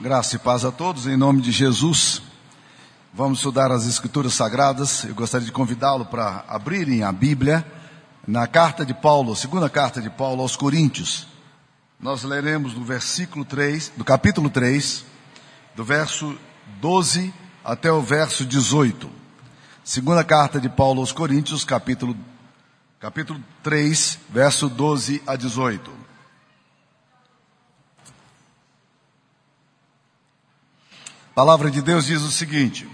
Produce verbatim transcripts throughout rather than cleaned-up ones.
Graça e paz a todos, em nome de Jesus. Vamos estudar as Escrituras Sagradas. Eu gostaria de convidá-lo para abrirem a Bíblia na carta de Paulo, segunda carta de Paulo aos Coríntios. Nós leremos do versículo três, do capítulo três, do verso doze até o verso dezoito. Segunda carta de Paulo aos Coríntios, capítulo, capítulo três, verso doze a dezoito. A palavra de Deus diz o seguinte: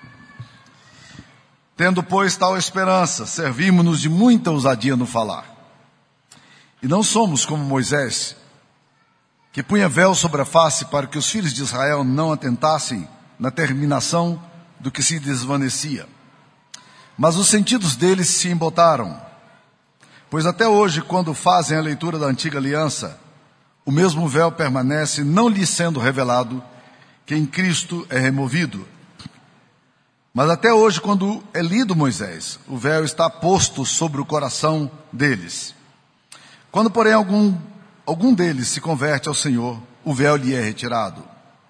tendo, pois, tal esperança, servimos-nos de muita ousadia no falar. E não somos como Moisés, que punha véu sobre a face para que os filhos de Israel não atentassem na terminação do que se desvanecia. Mas os sentidos deles se embotaram, pois até hoje, quando fazem a leitura da antiga aliança, o mesmo véu permanece, não lhes sendo revelado que em Cristo é removido. Mas até hoje, quando é lido Moisés, o véu está posto sobre o coração deles. Quando, porém, algum, algum deles se converte ao Senhor, o véu lhe é retirado.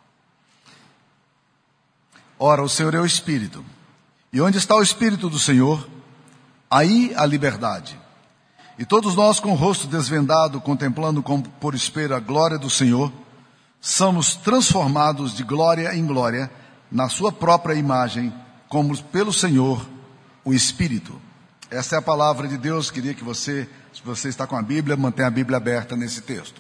Ora, o Senhor é o Espírito. E onde está o Espírito do Senhor, aí a liberdade. E todos nós, com o rosto desvendado, contemplando como por espelho a glória do Senhor, somos transformados de glória em glória na sua própria imagem, como pelo Senhor, o Espírito. Essa é a palavra de Deus. Queria que você, se você está com a Bíblia, mantenha a Bíblia aberta nesse texto.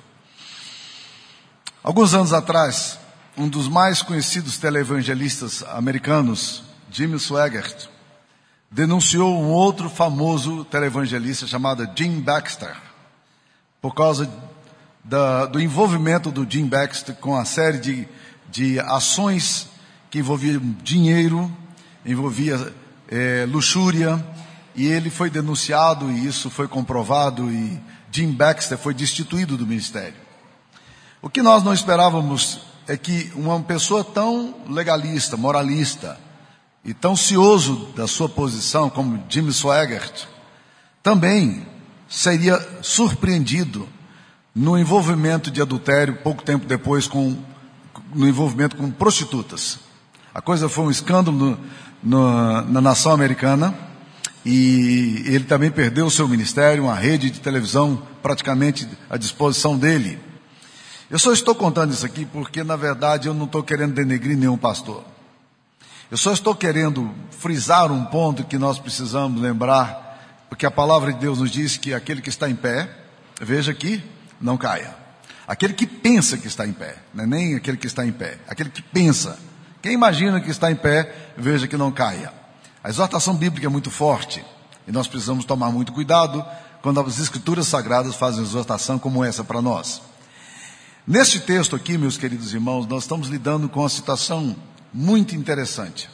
Alguns anos atrás, um dos mais conhecidos televangelistas americanos, Jimmy Swaggart, denunciou um outro famoso televangelista chamado Jim Baxter, por causa Da, do envolvimento do Jim Baxter com a série de, de ações que envolviam dinheiro, envolvia é, luxúria, e ele foi denunciado e isso foi comprovado e Jim Baxter foi destituído do ministério. O que nós não esperávamos é que uma pessoa tão legalista, moralista e tão cioso da sua posição como Jim Swaggart também seria surpreendido no envolvimento de adultério, pouco tempo depois, com, no envolvimento com prostitutas. A coisa foi um escândalo no, no, na nação americana, e ele também perdeu o seu ministério, uma rede de televisão praticamente à disposição dele. Eu só estou contando isso aqui porque, na verdade, eu não estou querendo denegrir nenhum pastor. Eu só estou querendo frisar um ponto que nós precisamos lembrar, porque a palavra de Deus nos diz que aquele que está em pé, veja aqui, não caia. Aquele que pensa que está em pé, não é nem aquele que está em pé, aquele que pensa. Quem imagina que está em pé, veja que não caia. A exortação bíblica é muito forte, e nós precisamos tomar muito cuidado quando as Escrituras Sagradas fazem exortação como essa para nós. Neste texto aqui, meus queridos irmãos, nós estamos lidando com uma situação muito interessante.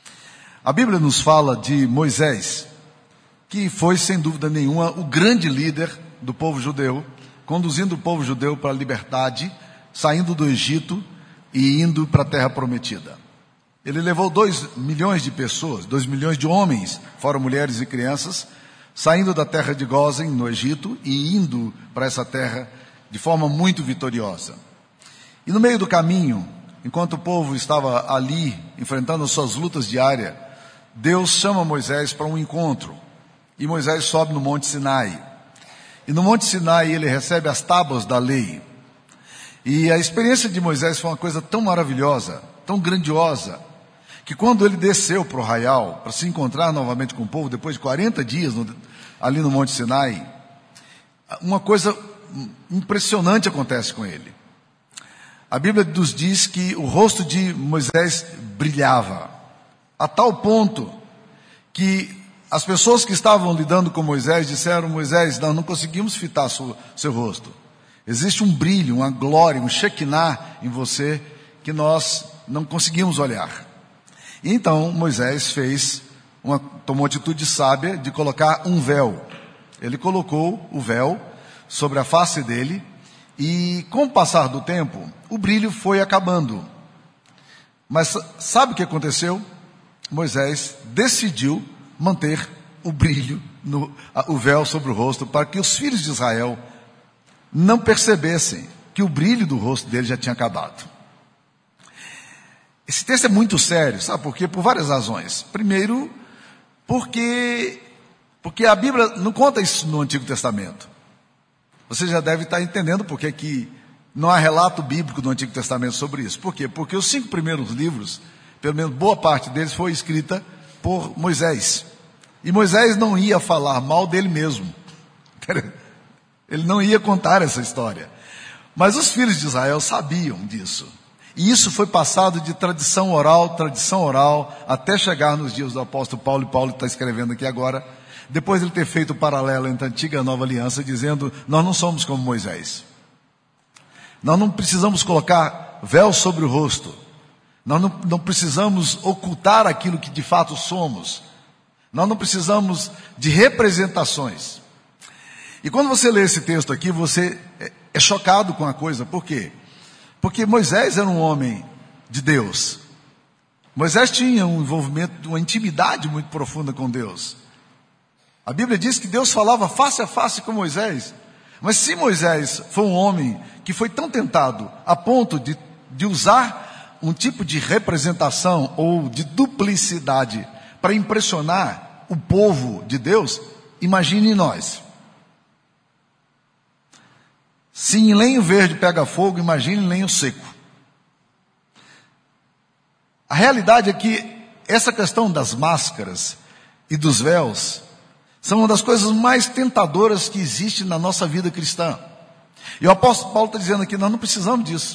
A Bíblia nos fala de Moisés, que foi, sem dúvida nenhuma, o grande líder do povo judeu, conduzindo o povo judeu para a liberdade, saindo do Egito e indo para a terra prometida. Ele levou dois milhões de pessoas, dois milhões de homens, fora mulheres e crianças, saindo da terra de Gósen, no Egito, e indo para essa terra de forma muito vitoriosa. E no meio do caminho, enquanto o povo estava ali, enfrentando as suas lutas diárias, Deus chama Moisés para um encontro, e Moisés sobe no Monte Sinai. E no Monte Sinai ele recebe as tábuas da lei. E a experiência de Moisés foi uma coisa tão maravilhosa, tão grandiosa, que quando ele desceu para o arraial, para se encontrar novamente com o povo, depois de quarenta dias no, ali no Monte Sinai, uma coisa impressionante acontece com ele. A Bíblia nos diz que o rosto de Moisés brilhava, a tal ponto que as pessoas que estavam lidando com Moisés disseram: Moisés, nós não conseguimos fitar seu, seu rosto. Existe um brilho, uma glória, um Shekinah em você que nós não conseguimos olhar. E então Moisés fez uma, tomou a atitude sábia de colocar um véu. Ele colocou o véu sobre a face dele e, com o passar do tempo, o brilho foi acabando. Mas sabe o que aconteceu? Moisés decidiu manter o brilho, no, o véu sobre o rosto, para que os filhos de Israel não percebessem que o brilho do rosto dele já tinha acabado. Esse texto é muito sério, sabe por quê? Por várias razões. Primeiro, porque, porque a Bíblia não conta isso no Antigo Testamento. Você já deve estar entendendo por que que não há relato bíblico no Antigo Testamento sobre isso. Por quê? Porque os cinco primeiros livros, pelo menos boa parte deles, foi escrita por Moisés. E Moisés não ia falar mal dele mesmo. Ele não ia contar essa história. Mas os filhos de Israel sabiam disso. E isso foi passado de tradição oral, tradição oral, até chegar nos dias do apóstolo Paulo. E Paulo está escrevendo aqui agora, depois de ele ter feito o paralelo entre a antiga e a nova aliança, dizendo, nós não somos como Moisés. Nós não precisamos colocar véu sobre o rosto. Nós não, não precisamos ocultar aquilo que de fato somos. Nós não precisamos de representações. E quando você lê esse texto aqui, você é, é chocado com a coisa. Por quê? Porque Moisés era um homem de Deus. Moisés tinha um envolvimento, uma intimidade muito profunda com Deus. A Bíblia diz que Deus falava face a face com Moisés. Mas se Moisés foi um homem que foi tão tentado a ponto de, de usar um tipo de representação ou de duplicidade para impressionar o povo de Deus, imagine nós. Se em lenho verde pega fogo, imagine em lenho seco. A realidade é que essa questão das máscaras e dos véus são uma das coisas mais tentadoras que existe na nossa vida cristã. E o apóstolo Paulo está dizendo aqui, nós não precisamos disso.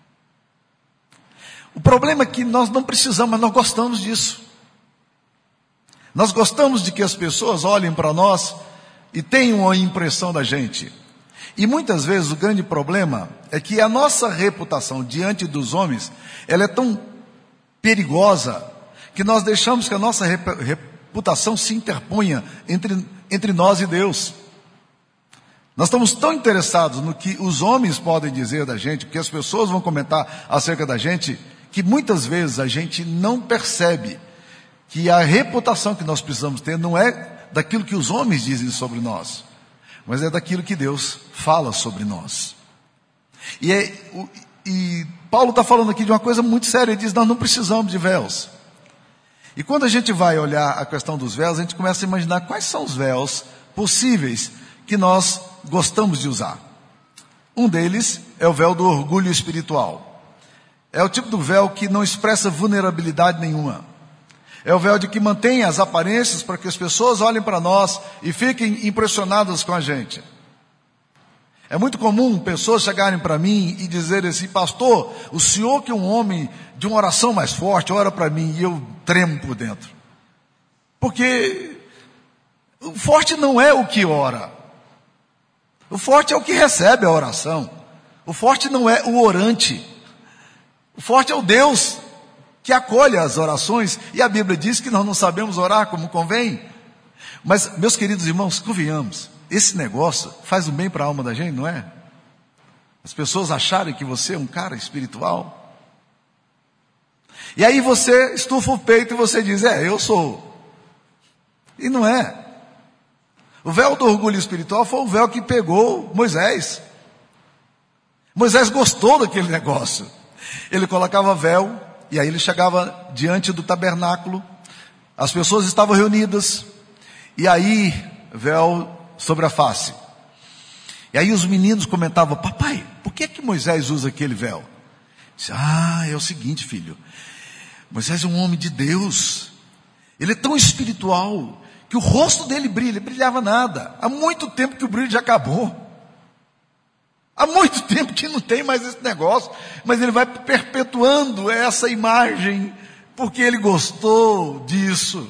O problema é que nós não precisamos, mas nós gostamos disso. Nós gostamos de que as pessoas olhem para nós e tenham uma impressão da gente. E muitas vezes o grande problema é que a nossa reputação diante dos homens, ela é tão perigosa que nós deixamos que a nossa reputação se interponha entre, entre nós e Deus. Nós estamos tão interessados no que os homens podem dizer da gente, porque as pessoas vão comentar acerca da gente, que muitas vezes a gente não percebe que a reputação que nós precisamos ter não é daquilo que os homens dizem sobre nós, mas é daquilo que Deus fala sobre nós. E, é, o, e Paulo está falando aqui de uma coisa muito séria. Ele diz, nós não precisamos de véus. E quando a gente vai olhar a questão dos véus, a gente começa a imaginar quais são os véus possíveis que nós gostamos de usar. Um deles é o véu do orgulho espiritual. É o tipo do véu que não expressa vulnerabilidade nenhuma. É o véu de que mantém as aparências para que as pessoas olhem para nós e fiquem impressionadas com a gente. É muito comum pessoas chegarem para mim e dizerem assim, pastor, o senhor que é um homem de uma oração mais forte, ora para mim, e eu tremo por dentro. Porque o forte não é o que ora. O forte é o que recebe a oração. O forte não é o orante. O forte é o Deus que acolhe as orações, e a Bíblia diz que nós não sabemos orar como convém. Mas, meus queridos irmãos, convenhamos, esse negócio faz um bem para a alma da gente, não é? As pessoas acharem que você é um cara espiritual. E aí você estufa o peito e você diz, é, eu sou. E não é. O véu do orgulho espiritual foi o véu que pegou Moisés. Moisés gostou daquele negócio. Ele colocava véu, e aí ele chegava diante do tabernáculo, as pessoas estavam reunidas, e aí, véu sobre a face. E aí os meninos comentavam, papai, por que que Moisés usa aquele véu? Disse, ah, é o seguinte, filho, Moisés é um homem de Deus, ele é tão espiritual, que o rosto dele brilha, brilhava nada, há muito tempo que o brilho já acabou. Há muito tempo que não tem mais esse negócio, mas ele vai perpetuando essa imagem, porque ele gostou disso.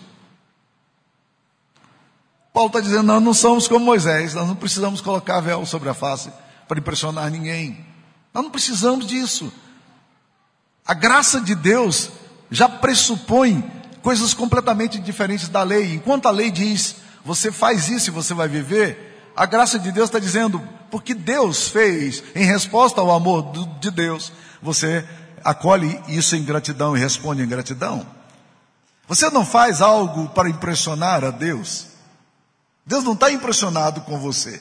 Paulo está dizendo, nós não somos como Moisés, nós não precisamos colocar véu sobre a face para impressionar ninguém. Nós não precisamos disso. A graça de Deus já pressupõe coisas completamente diferentes da lei. Enquanto a lei diz, você faz isso e você vai viver, a graça de Deus está dizendo, porque Deus fez, em resposta ao amor de Deus, você acolhe isso em gratidão e responde em gratidão. Você não faz algo para impressionar a Deus. Deus não está impressionado com você.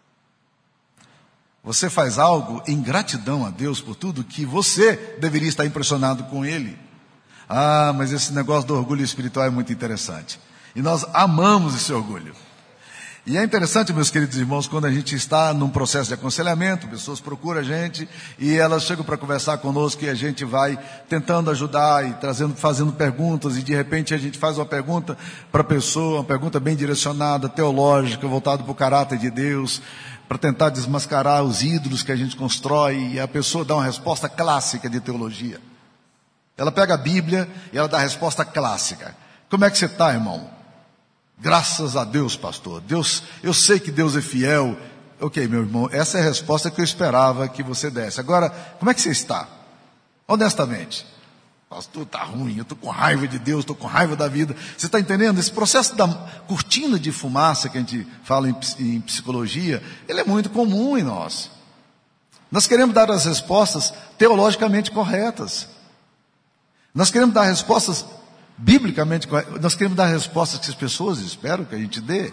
Você faz algo em gratidão a Deus por tudo que você deveria estar impressionado com Ele. Ah, mas esse negócio do orgulho espiritual é muito interessante. E nós amamos esse orgulho. E é interessante, meus queridos irmãos, quando a gente está num processo de aconselhamento, pessoas procuram a gente e elas chegam para conversar conosco e a gente vai tentando ajudar e trazendo, fazendo perguntas, e de repente a gente faz uma pergunta para a pessoa, uma pergunta bem direcionada, teológica, voltada para o caráter de Deus, para tentar desmascarar os ídolos que a gente constrói, e a pessoa dá uma resposta clássica de teologia. Ela pega a Bíblia e ela dá a resposta clássica. Como é que você está, irmão? Graças a Deus, pastor. Deus, eu sei que Deus é fiel. Ok, meu irmão, essa é a resposta que eu esperava que você desse. Agora, como é que você está? Honestamente. Pastor, está ruim, eu estou com raiva de Deus, estou com raiva da vida. Você está entendendo? Esse processo da cortina de fumaça que a gente fala em, em psicologia, ele é muito comum em nós. Nós queremos dar as respostas teologicamente corretas. Nós queremos dar respostas biblicamente corretas. Nós queremos dar respostas que as pessoas esperam que a gente dê.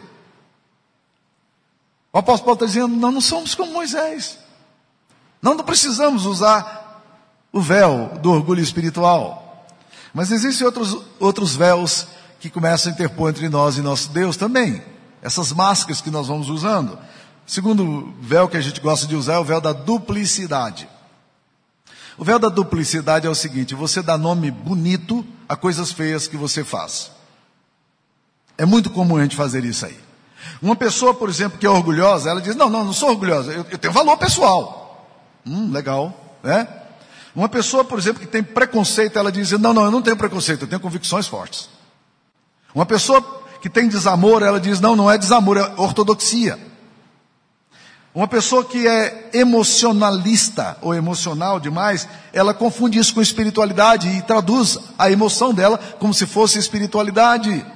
O apóstolo Paulo está dizendo, nós não somos como Moisés. Nós não precisamos usar o véu do orgulho espiritual. Mas existem outros, outros véus que começam a interpor entre nós e nosso Deus também. Essas máscaras que nós vamos usando. O segundo véu que a gente gosta de usar é o véu da duplicidade. O véu da duplicidade é o seguinte: você dá nome bonito a coisas feias que você faz. É muito comum a gente fazer isso aí. Uma pessoa, por exemplo, que é orgulhosa, ela diz, não, não, não sou orgulhosa, eu, eu tenho valor pessoal. Hum, legal, né? Uma pessoa, por exemplo, que tem preconceito, ela diz, não, não, eu não tenho preconceito, eu tenho convicções fortes. Uma pessoa que tem desamor, ela diz, não, não é desamor, é ortodoxia. Uma pessoa que é emocionalista ou emocional demais, ela confunde isso com espiritualidade e traduz a emoção dela como se fosse espiritualidade.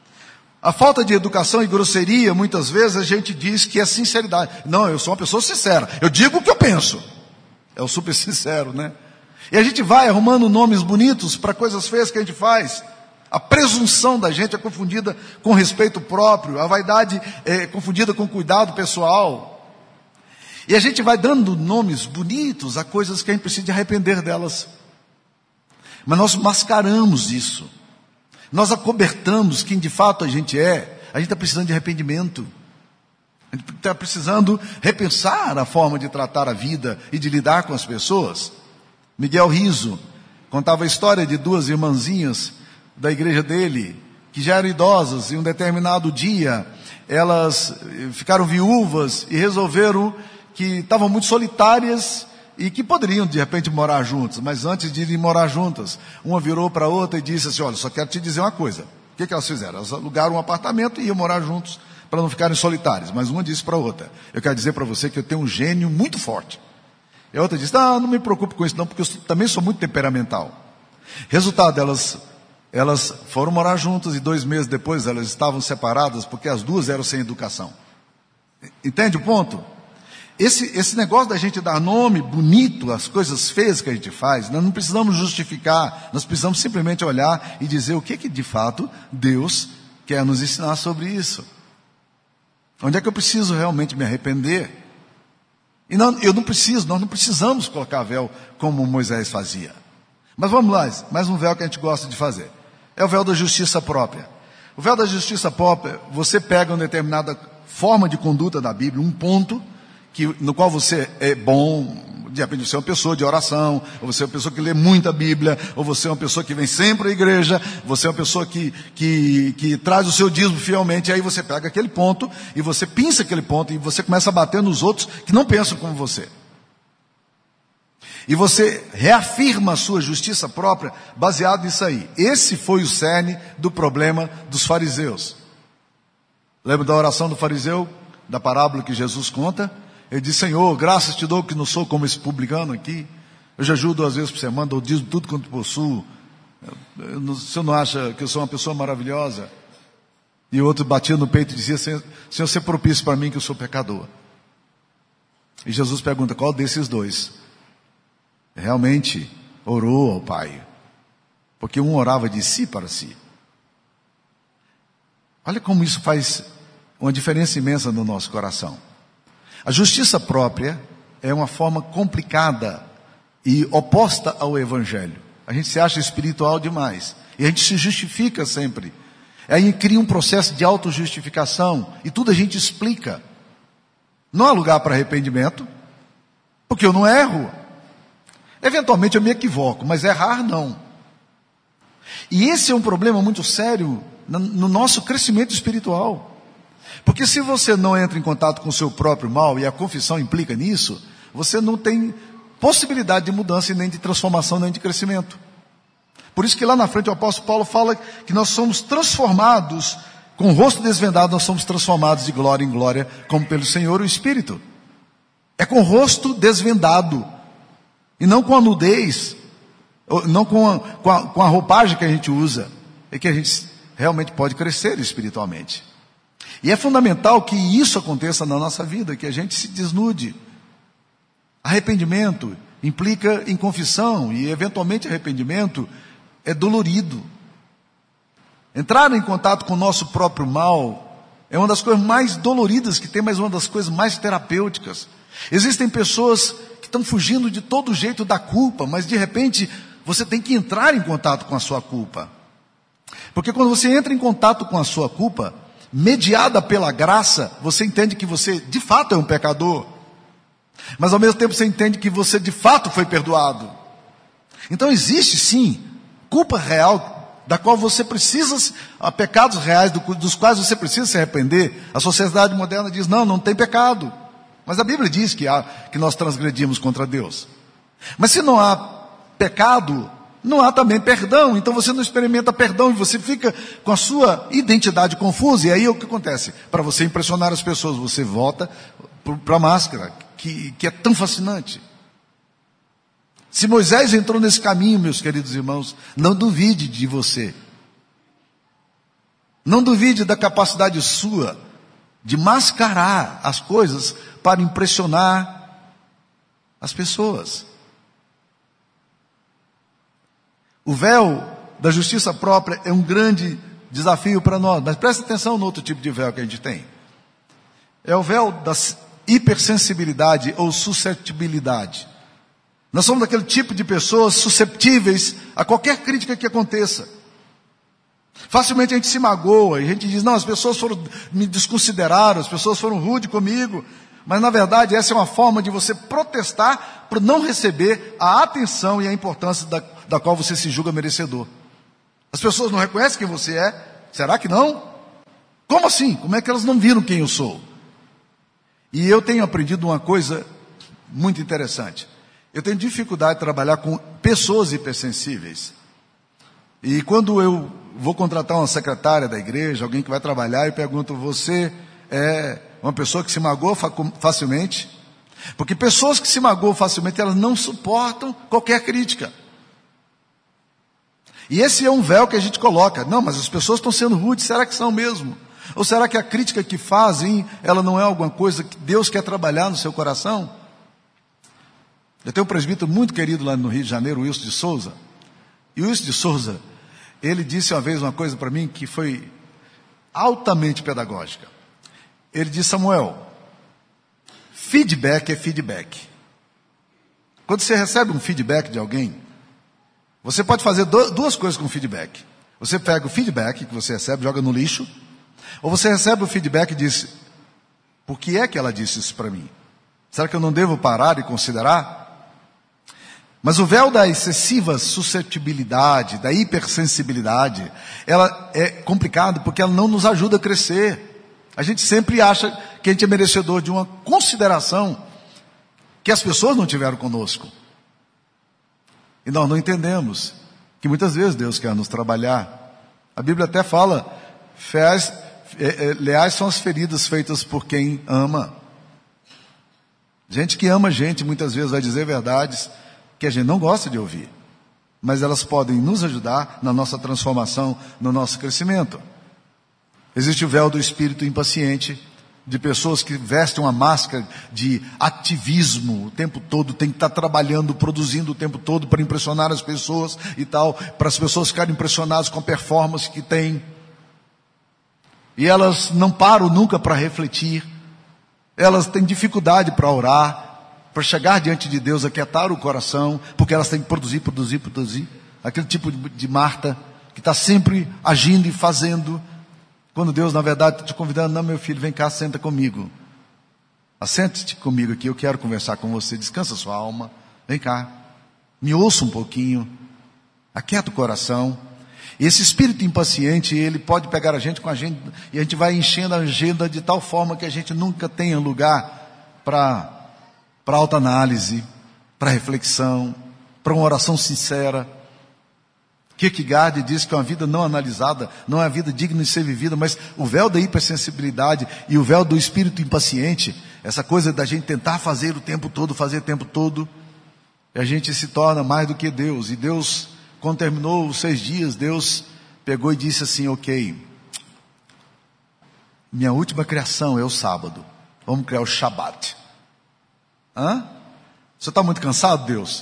A falta de educação e grosseria, muitas vezes a gente diz que é sinceridade. Não, eu sou uma pessoa sincera, eu digo o que eu penso. É o super sincero, né? E a gente vai arrumando nomes bonitos para coisas feias que a gente faz. A presunção da gente é confundida com respeito próprio, a vaidade é confundida com cuidado pessoal. E a gente vai dando nomes bonitos a coisas que a gente precisa de arrepender delas. Mas nós mascaramos isso. Nós acobertamos quem de fato a gente é. A gente está precisando de arrependimento. A gente está precisando repensar a forma de tratar a vida e de lidar com as pessoas. Miguel Riso contava a história de duas irmãzinhas da igreja dele, que já eram idosas, e um determinado dia elas ficaram viúvas e resolveram que estavam muito solitárias e que poderiam de repente morar juntas, mas antes de irem morar juntas, uma virou para a outra e disse assim, olha, só quero te dizer uma coisa. O que, que elas fizeram? Elas alugaram um apartamento e iam morar juntos para não ficarem solitárias, mas uma disse para a outra, eu quero dizer para você que eu tenho um gênio muito forte. E a outra disse, ah, não me preocupe com isso não, porque eu também sou muito temperamental. Resultado, elas, elas foram morar juntas e dois meses depois elas estavam separadas porque as duas eram sem educação. Entende o ponto? Esse, esse negócio da gente dar nome bonito às coisas feias que a gente faz, nós não precisamos justificar, nós precisamos simplesmente olhar e dizer o que que de fato Deus quer nos ensinar sobre isso. Onde é que eu preciso realmente me arrepender? E não, eu não preciso, nós não precisamos colocar véu como Moisés fazia. Mas vamos lá, mais um véu que a gente gosta de fazer. É o véu da justiça própria. O véu da justiça própria, você pega uma determinada forma de conduta da Bíblia, um ponto, que, no qual você é bom, de repente você é uma pessoa de oração, ou você é uma pessoa que lê muita Bíblia, ou você é uma pessoa que vem sempre à igreja, você é uma pessoa que, que, que traz o seu dízimo fielmente, e aí você pega aquele ponto, e você pinça aquele ponto, e você começa a bater nos outros que não pensam como você. E você reafirma a sua justiça própria baseado nisso aí. Esse foi o cerne do problema dos fariseus. Lembra da oração do fariseu, da parábola que Jesus conta? Ele diz, Senhor, graças te dou que não sou como esse publicano aqui. Eu já ajudo duas vezes por semana, dou dízimo tudo quanto possuo. Eu, eu, o senhor não acha que eu sou uma pessoa maravilhosa? E o outro batia no peito e dizia, Senhor, Senhor, ser propício para mim que eu sou pecador. E Jesus pergunta, qual desses dois realmente orou ao Pai? Porque um orava de si para si. Olha como isso faz uma diferença imensa no nosso coração. A justiça própria é uma forma complicada e oposta ao Evangelho. A gente se acha espiritual demais. E a gente se justifica sempre. Aí cria um processo de autojustificação. E tudo a gente explica. Não há lugar para arrependimento, porque eu não erro. Eventualmente eu me equivoco, mas errar não. E esse é um problema muito sério no nosso crescimento espiritual. Porque se você não entra em contato com o seu próprio mal, e a confissão implica nisso, você não tem possibilidade de mudança, nem de transformação, nem de crescimento. Por isso que lá na frente o apóstolo Paulo fala que nós somos transformados, com o rosto desvendado nós somos transformados de glória em glória, como pelo Senhor o Espírito. É com o rosto desvendado, e não com a nudez, não com a, com a, com a roupagem que a gente usa, é que a gente realmente pode crescer espiritualmente. E é fundamental que isso aconteça na nossa vida, que a gente se desnude. Arrependimento implica em confissão, e eventualmente arrependimento é dolorido. Entrar em contato com o nosso próprio mal é uma das coisas mais doloridas que tem, mas uma das coisas mais terapêuticas. Existem pessoas que estão fugindo de todo jeito da culpa, mas de repente você tem que entrar em contato com a sua culpa. Porque quando você entra em contato com a sua culpa, mediada pela graça, você entende que você de fato é um pecador. Mas ao mesmo tempo você entende que você de fato foi perdoado. Então existe sim culpa real, da qual você precisa, pecados reais dos quais você precisa se arrepender. A sociedade moderna diz, não, não tem pecado. Mas a Bíblia diz que, há, que nós transgredimos contra Deus. Mas se não há pecado, não há também perdão. Então você não experimenta perdão e você fica com a sua identidade confusa. E aí o que acontece? Para você impressionar as pessoas, você volta para a máscara, que, que é tão fascinante. Se Moisés entrou nesse caminho, meus queridos irmãos, não duvide de você. Não duvide da capacidade sua de mascarar as coisas para impressionar as pessoas. O véu da justiça própria é um grande desafio para nós, mas preste atenção no outro tipo de véu que a gente tem. É o véu da hipersensibilidade ou suscetibilidade. Nós somos daquele tipo de pessoas susceptíveis a qualquer crítica que aconteça. Facilmente a gente se magoa e a gente diz, não, as pessoas foram, me desconsideraram, as pessoas foram rudes comigo. Mas na verdade essa é uma forma de você protestar por não receber a atenção e a importância da, da qual você se julga merecedor. As pessoas não reconhecem quem você é? Será que não? Como assim? Como é que elas não viram quem eu sou? E eu tenho aprendido uma coisa muito interessante. Eu tenho dificuldade de trabalhar com pessoas hipersensíveis. E quando eu vou contratar uma secretária da igreja, alguém que vai trabalhar, eu pergunto, você é uma pessoa que se magoa facilmente? Porque pessoas que se magoam facilmente, elas não suportam qualquer crítica. E esse é um véu que a gente coloca. Não, mas as pessoas estão sendo rudes, será que são mesmo? Ou será que a crítica que fazem, ela não é alguma coisa que Deus quer trabalhar no seu coração? Eu tenho um presbítero muito querido lá no Rio de Janeiro, o Wilson de Souza. E o Wilson de Souza, ele disse uma vez uma coisa para mim que foi altamente pedagógica. Ele disse, Samuel, feedback é feedback. Quando você recebe um feedback de alguém, você pode fazer do, duas coisas com o feedback. Você pega o feedback que você recebe, joga no lixo, ou você recebe o feedback e diz, por que é que ela disse isso para mim? Será que eu não devo parar e considerar? Mas o véu da excessiva suscetibilidade, da hipersensibilidade, ela é complicado porque ela não nos ajuda a crescer. A gente sempre acha que a gente é merecedor de uma consideração que as pessoas não tiveram conosco. E nós não entendemos que muitas vezes Deus quer nos trabalhar. A Bíblia até fala, feais, é, é, leais são as feridas feitas por quem ama. Gente que ama gente muitas vezes vai dizer verdades que a gente não gosta de ouvir, mas elas podem nos ajudar na nossa transformação, no nosso crescimento. Existe o véu do espírito impaciente, de pessoas que vestem uma máscara de ativismo o tempo todo, tem que estar trabalhando, produzindo o tempo todo para impressionar as pessoas e tal, para as pessoas ficarem impressionadas com a performance que tem. E elas não param nunca para refletir, elas têm dificuldade para orar, para chegar diante de Deus, aquietar o coração, porque elas têm que produzir, produzir, produzir. aquele tipo de, de Marta, que está sempre agindo e fazendo, quando Deus, na verdade, está te convidando: não, meu filho, vem cá, senta comigo. Assente-te comigo aqui, eu quero conversar com você, descansa sua alma, vem cá, me ouça um pouquinho, aquieta o coração. Esse espírito impaciente, ele pode pegar a gente com a gente, e a gente vai enchendo a agenda de tal forma que a gente nunca tenha lugar para para autoanálise, para reflexão, para uma oração sincera. Kierkegaard diz que uma vida não analisada não é uma vida digna de ser vivida, mas o véu da hipersensibilidade e o véu do espírito impaciente, essa coisa da gente tentar fazer o tempo todo, fazer o tempo todo, a gente se torna mais do que Deus. E Deus, quando terminou os seis dias, Deus pegou e disse assim: ok, minha última criação é o sábado, vamos criar o Shabat. Hã? Você está muito cansado, Deus?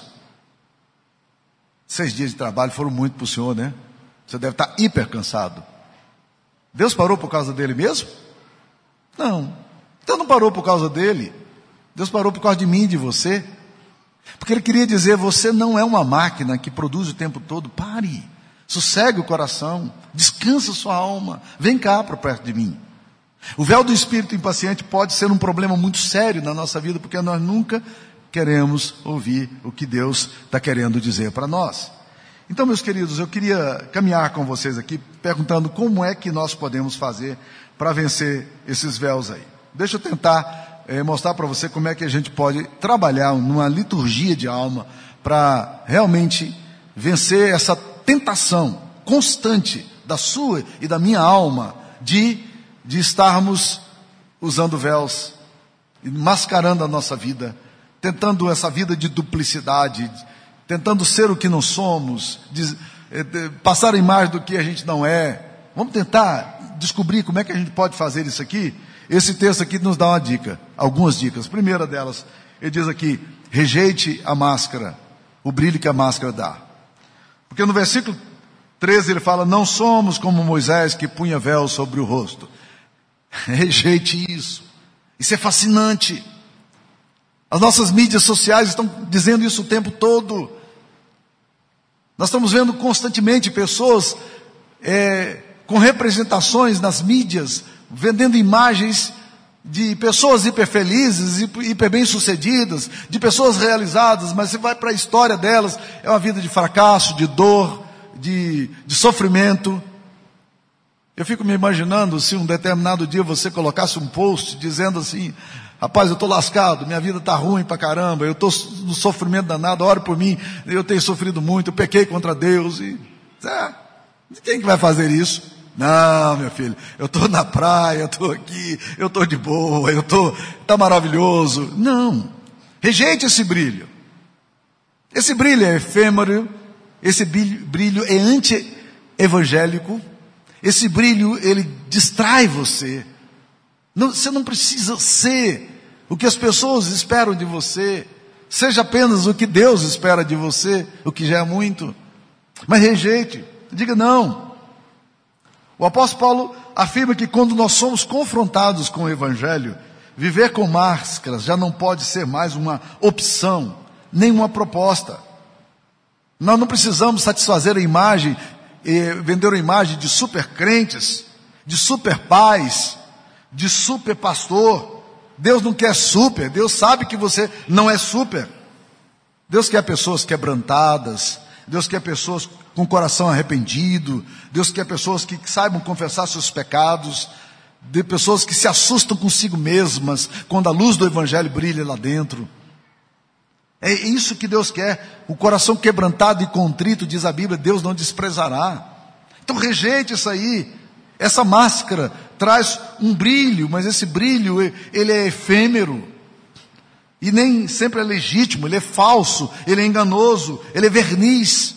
Seis dias de trabalho foram muito para o senhor, né? Você deve estar hiper cansado. Deus parou por causa dele mesmo? Não. Então não parou por causa dele. Deus parou por causa de mim e de você. Porque ele queria dizer: você não é uma máquina que produz o tempo todo. Pare, sossegue o coração, descansa sua alma, vem cá para perto de mim. O véu do espírito impaciente pode ser um problema muito sério na nossa vida, porque nós nunca queremos ouvir o que Deus está querendo dizer para nós. Então, meus queridos, eu queria caminhar com vocês aqui, perguntando como é que nós podemos fazer para vencer esses véus aí. Deixa eu tentar é, mostrar para você como é que a gente pode trabalhar numa liturgia de alma para realmente vencer essa tentação constante da sua e da minha alma de, de estarmos usando véus, mascarando a nossa vida, tentando essa vida de duplicidade, tentando ser o que não somos, de, de, passar a imagem do que a gente não é. Vamos tentar descobrir como é que a gente pode fazer isso aqui. Esse texto aqui nos dá uma dica, algumas dicas. A primeira delas, ele diz aqui: rejeite a máscara, o brilho que a máscara dá. Porque no versículo treze ele fala: não somos como Moisés, que punha véu sobre o rosto. Rejeite isso. Isso é fascinante. As nossas mídias sociais estão dizendo isso o tempo todo. Nós estamos vendo constantemente pessoas é, com representações nas mídias, vendendo imagens de pessoas hiperfelizes, hiper bem-sucedidas, de pessoas realizadas, mas você vai para a história delas, é uma vida de fracasso, de dor, de, de sofrimento. Eu fico me imaginando se um determinado dia você colocasse um post dizendo assim: rapaz, eu estou lascado, minha vida está ruim pra caramba, eu estou no sofrimento danado, ore por mim, eu tenho sofrido muito, eu pequei contra Deus. E, é, quem que vai fazer isso? Não, meu filho, eu estou na praia, eu estou aqui, eu estou de boa, eu estou, está maravilhoso. Não, rejeite esse brilho. Esse brilho é efêmero, esse brilho é anti-evangélico, esse brilho, ele distrai você. Não, você não precisa ser o que as pessoas esperam de você. Seja apenas o que Deus espera de você, o que já é muito. Mas rejeite, diga não. O apóstolo Paulo afirma que quando nós somos confrontados com o evangelho, viver com máscaras já não pode ser mais uma opção, nem uma proposta. Nós não precisamos satisfazer a imagem, eh, vender uma imagem de super crentes, de super pais, de super pastor. Deus não quer super, Deus sabe que você não é super. Deus quer pessoas quebrantadas, Deus quer pessoas com o coração arrependido, Deus quer pessoas que saibam confessar seus pecados, de pessoas que se assustam consigo mesmas quando a luz do evangelho brilha lá dentro. É isso que Deus quer. O coração quebrantado e contrito, diz a Bíblia, Deus não desprezará. Então rejeite isso aí. Essa máscara traz um brilho, mas esse brilho, ele é efêmero. E nem sempre é legítimo, ele é falso, ele é enganoso, ele é verniz.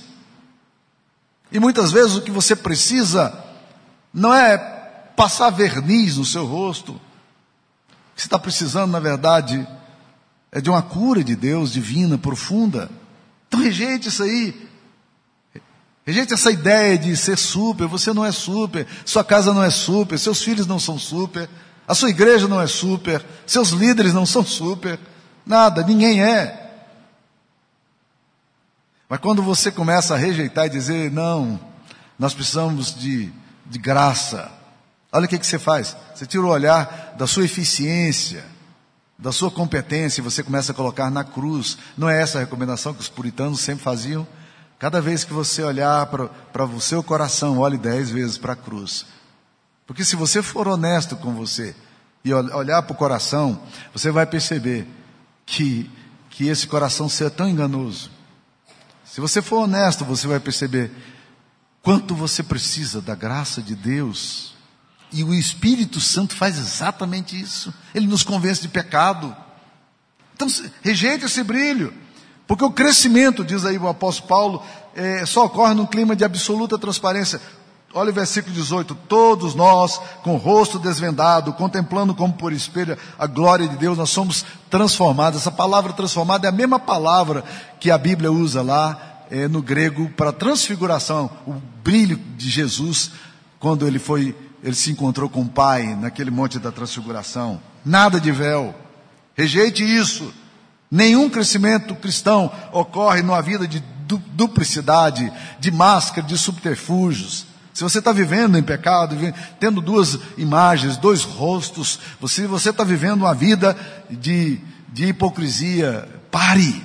E muitas vezes o que você precisa não é passar verniz no seu rosto. O que você está precisando, na verdade, é de uma cura de Deus, divina, profunda. Então rejeite isso aí. Rejeite essa ideia de ser super. Você não é super, sua casa não é super, seus filhos não são super, a sua igreja não é super, seus líderes não são super, nada, ninguém é. Mas quando você começa a rejeitar e dizer, não, nós precisamos de, de graça, olha o que, que você faz. Você tira o olhar da sua eficiência, da sua competência, e você começa a colocar na cruz. Não é essa a recomendação que os puritanos sempre faziam? Cada vez que você olhar para o seu coração, olhe dez vezes para a cruz. Porque se você for honesto com você e olhar para o coração, você vai perceber que, que esse coração seu é tão enganoso. Se você for honesto, você vai perceber quanto você precisa da graça de Deus. E o Espírito Santo faz exatamente isso. Ele nos convence de pecado. Então, rejeite esse brilho. Porque o crescimento, diz aí o apóstolo Paulo, é, só ocorre num clima de absoluta transparência. Olha o versículo dezoito. Todos nós, com o rosto desvendado, contemplando como por espelho a glória de Deus, nós somos transformados. Essa palavra transformada é a mesma palavra que a Bíblia usa lá, é, no grego, para transfiguração. O brilho de Jesus, quando ele foi, ele se encontrou com o Pai, naquele monte da transfiguração. Nada de véu. Rejeite isso. Nenhum crescimento cristão ocorre numa vida de duplicidade, de máscara, de subterfúgios. Se você está vivendo em pecado, tendo duas imagens, dois rostos, você você está vivendo uma vida de, de hipocrisia, pare.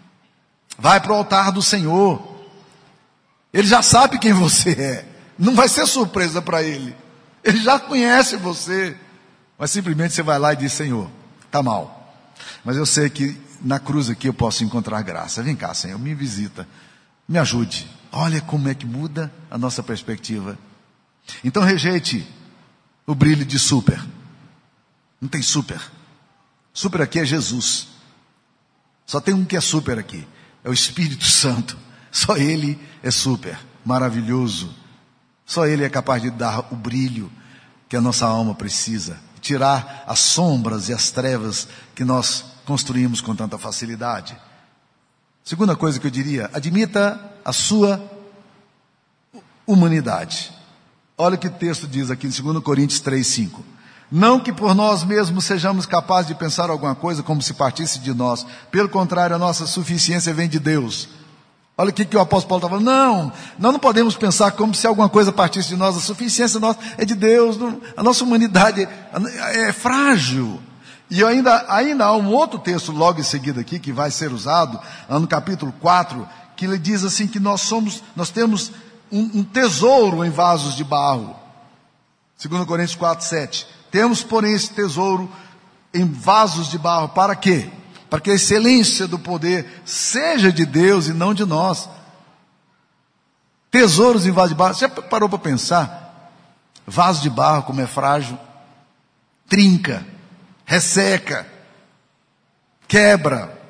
Vai para o altar do Senhor. Ele já sabe quem você é. Não vai ser surpresa para ele. Ele já conhece você. Mas simplesmente você vai lá e diz, Senhor, está mal. Mas eu sei que na cruz aqui eu posso encontrar graça. Vem cá, Senhor, me visita. Me ajude. Olha como é que muda a nossa perspectiva. Então rejeite o brilho de super. Não tem super. Super aqui é Jesus. Só tem um que é super aqui. É o Espírito Santo. Só Ele é super, maravilhoso. Só Ele é capaz de dar o brilho que a nossa alma precisa. Tirar as sombras e as trevas que nós construímos com tanta facilidade. Segunda coisa que eu diria, admita a sua humanidade. Olha o que o texto diz aqui em dois Coríntios três, cinco. Não que por nós mesmos sejamos capazes de pensar alguma coisa como se partisse de nós. Pelo contrário, a nossa suficiência vem de Deus. Olha o que, que o apóstolo Paulo está falando. Não, nós não podemos pensar como se alguma coisa partisse de nós. A suficiência nossa é de Deus. A nossa humanidade é, é frágil. E ainda, ainda há um outro texto logo em seguida aqui, que vai ser usado, no capítulo quatro, que ele diz assim que nós somos, nós temos um, um tesouro em vasos de barro. dois Coríntios quatro, sete. Temos, porém, esse tesouro em vasos de barro. Para quê? Para que a excelência do poder seja de Deus e não de nós. Tesouros em vasos de barro. Você parou para pensar? Vaso de barro, como é frágil. Trinca. Resseca. Quebra.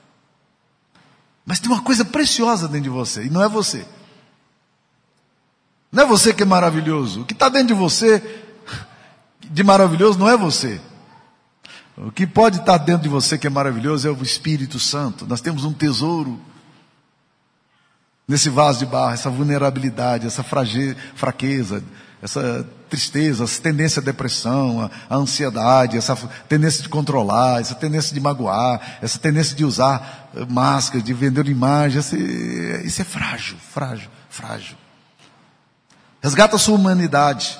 Mas tem uma coisa preciosa dentro de você. E não é você. Não é você que é maravilhoso. O que está dentro de você de maravilhoso não é você. O que pode estar dentro de você que é maravilhoso é o Espírito Santo. Nós temos um tesouro nesse vaso de barro, essa vulnerabilidade, essa frage, fraqueza, essa tristeza, essa tendência à depressão, à, à ansiedade, essa tendência de controlar, essa tendência de magoar, essa tendência de usar máscara, de vender imagem. Esse, isso é frágil, frágil, frágil. Resgata a sua humanidade.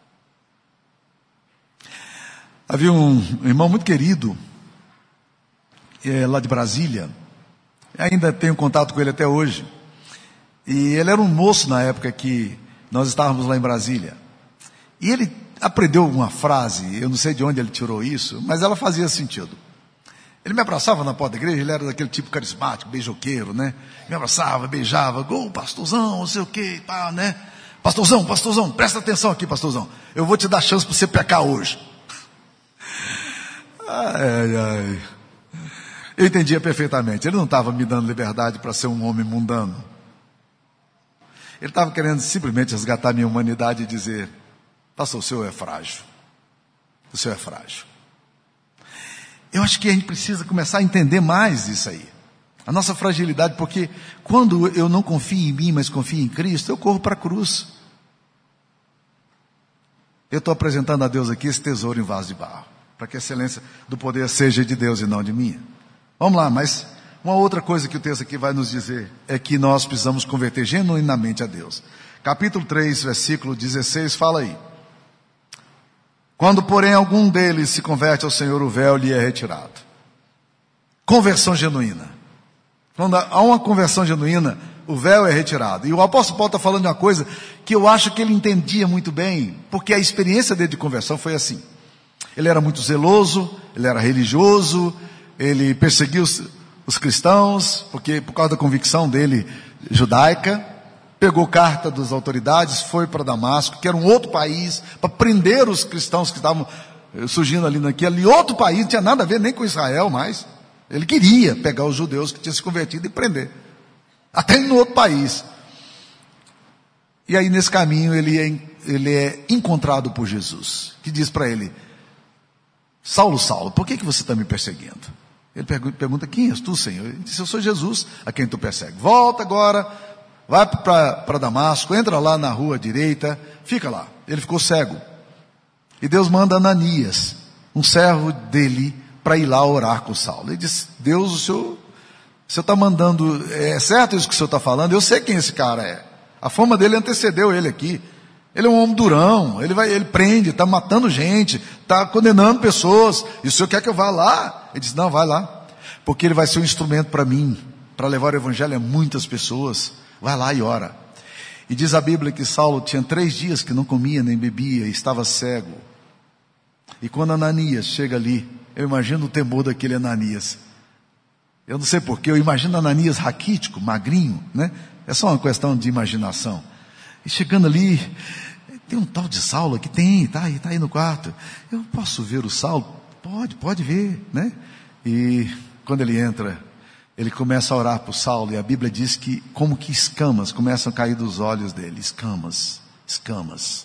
Havia um irmão muito querido, é, lá de Brasília, ainda tenho contato com ele até hoje, e ele era um moço na época que nós estávamos lá em Brasília, e ele aprendeu uma frase, eu não sei de onde ele tirou isso, mas ela fazia sentido. Ele me abraçava na porta da igreja, ele era daquele tipo carismático, beijoqueiro, né? Me abraçava, beijava, gol, pastorzão, não sei o que, pá, né? Pastorzão, pastorzão, presta atenção aqui, pastorzão, eu vou te dar chance para você pecar hoje. Ai, ai. Eu entendia perfeitamente. Ele não estava me dando liberdade para ser um homem mundano. Ele estava querendo simplesmente resgatar minha humanidade e dizer: pastor, o senhor é frágil. O senhor é frágil. Eu acho que a gente precisa começar a entender mais isso aí. A nossa fragilidade, porque quando eu não confio em mim, mas confio em Cristo, eu corro para a cruz. Eu estou apresentando a Deus aqui esse tesouro em vaso de barro, para que a excelência do poder seja de Deus e não de mim. Vamos lá, mas Uma outra coisa que o texto aqui vai nos dizer é que nós precisamos converter genuinamente a Deus. Capítulo três, versículo dezesseis, fala aí. Quando, porém, algum deles se converte ao Senhor, o véu lhe é retirado. Conversão genuína. Quando há uma conversão genuína, o véu é retirado. E o apóstolo Paulo está falando de uma coisa que eu acho que ele entendia muito bem, porque a experiência dele de conversão foi assim. Ele era muito zeloso, ele era religioso, ele perseguiu os, os cristãos, porque por causa da convicção dele judaica, pegou carta das autoridades, foi para Damasco, que era um outro país, para prender os cristãos que estavam surgindo ali naquele outro país, não tinha nada a ver nem com Israel mais. Ele queria pegar os judeus que tinham se convertido e prender, até no outro país. E aí nesse caminho ele é, ele é encontrado por Jesus, que diz para ele: Saulo, Saulo, por que, que você está me perseguindo? Ele pergunta: quem és tu, Senhor? Ele disse: eu sou Jesus a quem tu persegue. Volta agora, vai para Damasco, entra lá na rua direita, fica lá. Ele ficou cego. E Deus manda Ananias, um servo dele, para ir lá orar com Saulo. Ele disse: Deus, o senhor o senhor está mandando, é certo isso que o senhor está falando? Eu sei quem esse cara é. A fama dele antecedeu ele aqui. Ele é um homem durão, ele, vai, ele prende, está matando gente, está condenando pessoas. E o senhor quer que eu vá lá? Ele disse: não, vai lá, porque ele vai ser um instrumento para mim, para levar o evangelho a muitas pessoas. Vai lá e ora. E diz a Bíblia que Saulo tinha três dias que não comia nem bebia, e estava cego. E quando Ananias chega ali, eu imagino o temor daquele Ananias. Eu não sei porquê, eu imagino Ananias raquítico, magrinho, né? É só uma questão de imaginação. E chegando ali, tem um tal de Saulo aqui, tem, tá aí, tá aí no quarto. Eu posso ver o Saulo? Pode, pode ver, né? E quando ele entra, ele começa a orar para o Saulo, e a Bíblia diz que como que escamas começam a cair dos olhos dele, escamas, escamas.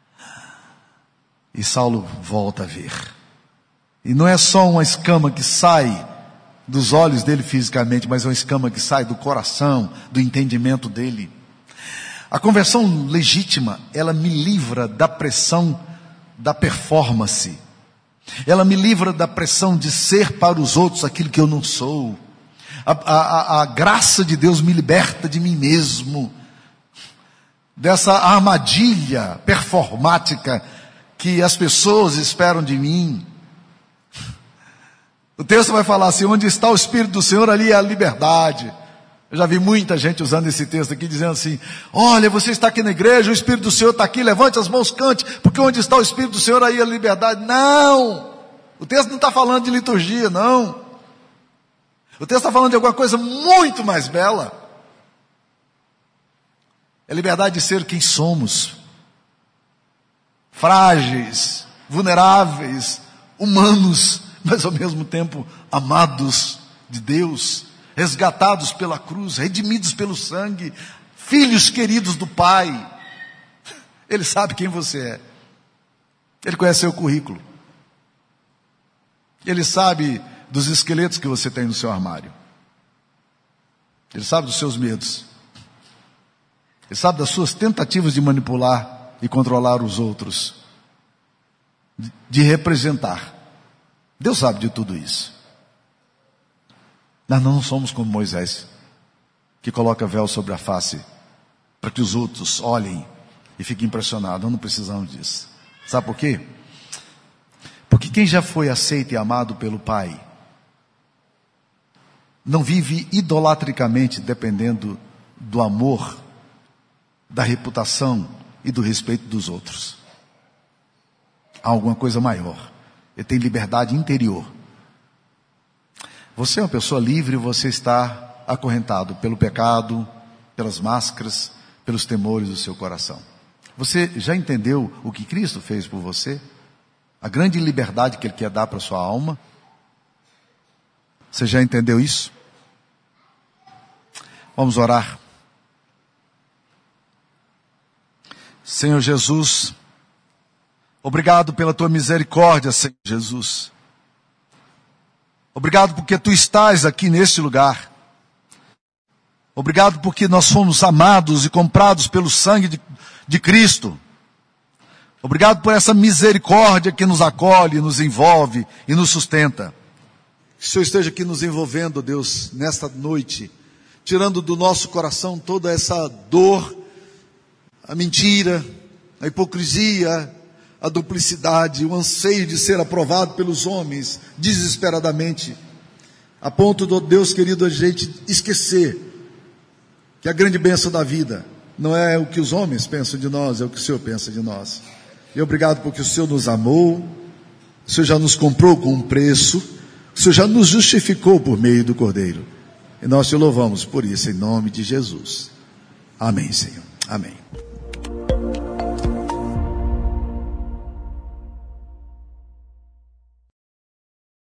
E Saulo volta a ver. E não é só uma escama que sai dos olhos dele fisicamente, mas é uma escama que sai do coração, do entendimento dele. A conversão legítima, ela me livra da pressão da performance. Ela me livra da pressão de ser para os outros aquilo que eu não sou. A, a, a graça de Deus me liberta de mim mesmo, dessa armadilha performática que as pessoas esperam de mim. O texto vai falar assim: onde está o Espírito do Senhor, ali é a liberdade. Eu já vi muita gente usando esse texto aqui, dizendo assim: olha, você está aqui na igreja, o Espírito do Senhor está aqui, levante as mãos, cante, porque onde está o Espírito do Senhor, aí é a liberdade. Não! O texto não está falando de liturgia, não. O texto está falando de alguma coisa muito mais bela. É a liberdade de ser quem somos. Frágeis, vulneráveis, humanos, mas ao mesmo tempo amados de Deus, resgatados pela cruz, redimidos pelo sangue, filhos queridos do Pai. Ele sabe quem você é. Ele conhece seu currículo. Ele sabe dos esqueletos que você tem no seu armário. Ele sabe dos seus medos. Ele sabe das suas tentativas de manipular e controlar os outros, de, de representar. Deus sabe de tudo isso. Nós não somos como Moisés, que coloca véu sobre a face, para que os outros olhem e fiquem impressionados. Nós não precisamos disso. Sabe por quê? Porque quem já foi aceito e amado pelo Pai, não vive idolatricamente dependendo do amor, da reputação e do respeito dos outros. Há alguma coisa maior. Ele tem liberdade interior. Você é uma pessoa livre, você está acorrentado pelo pecado, pelas máscaras, pelos temores do seu coração. Você já entendeu o que Cristo fez por você? A grande liberdade que Ele quer dar para a sua alma? Você já entendeu isso? Vamos orar. Senhor Jesus, obrigado pela tua misericórdia, Senhor Jesus. Obrigado porque tu estás aqui neste lugar. Obrigado porque nós fomos amados e comprados pelo sangue de, de Cristo. Obrigado por essa misericórdia que nos acolhe, nos envolve e nos sustenta. Que o Senhor esteja aqui nos envolvendo, Deus, nesta noite, tirando do nosso coração toda essa dor, a mentira, a hipocrisia, a duplicidade, o anseio de ser aprovado pelos homens, desesperadamente, a ponto do Deus querido a gente esquecer que a grande bênção da vida não é o que os homens pensam de nós, é o que o Senhor pensa de nós. E obrigado porque o Senhor nos amou, o Senhor já nos comprou com um preço, o Senhor já nos justificou por meio do Cordeiro. E nós te louvamos por isso, em nome de Jesus. Amém, Senhor. Amém.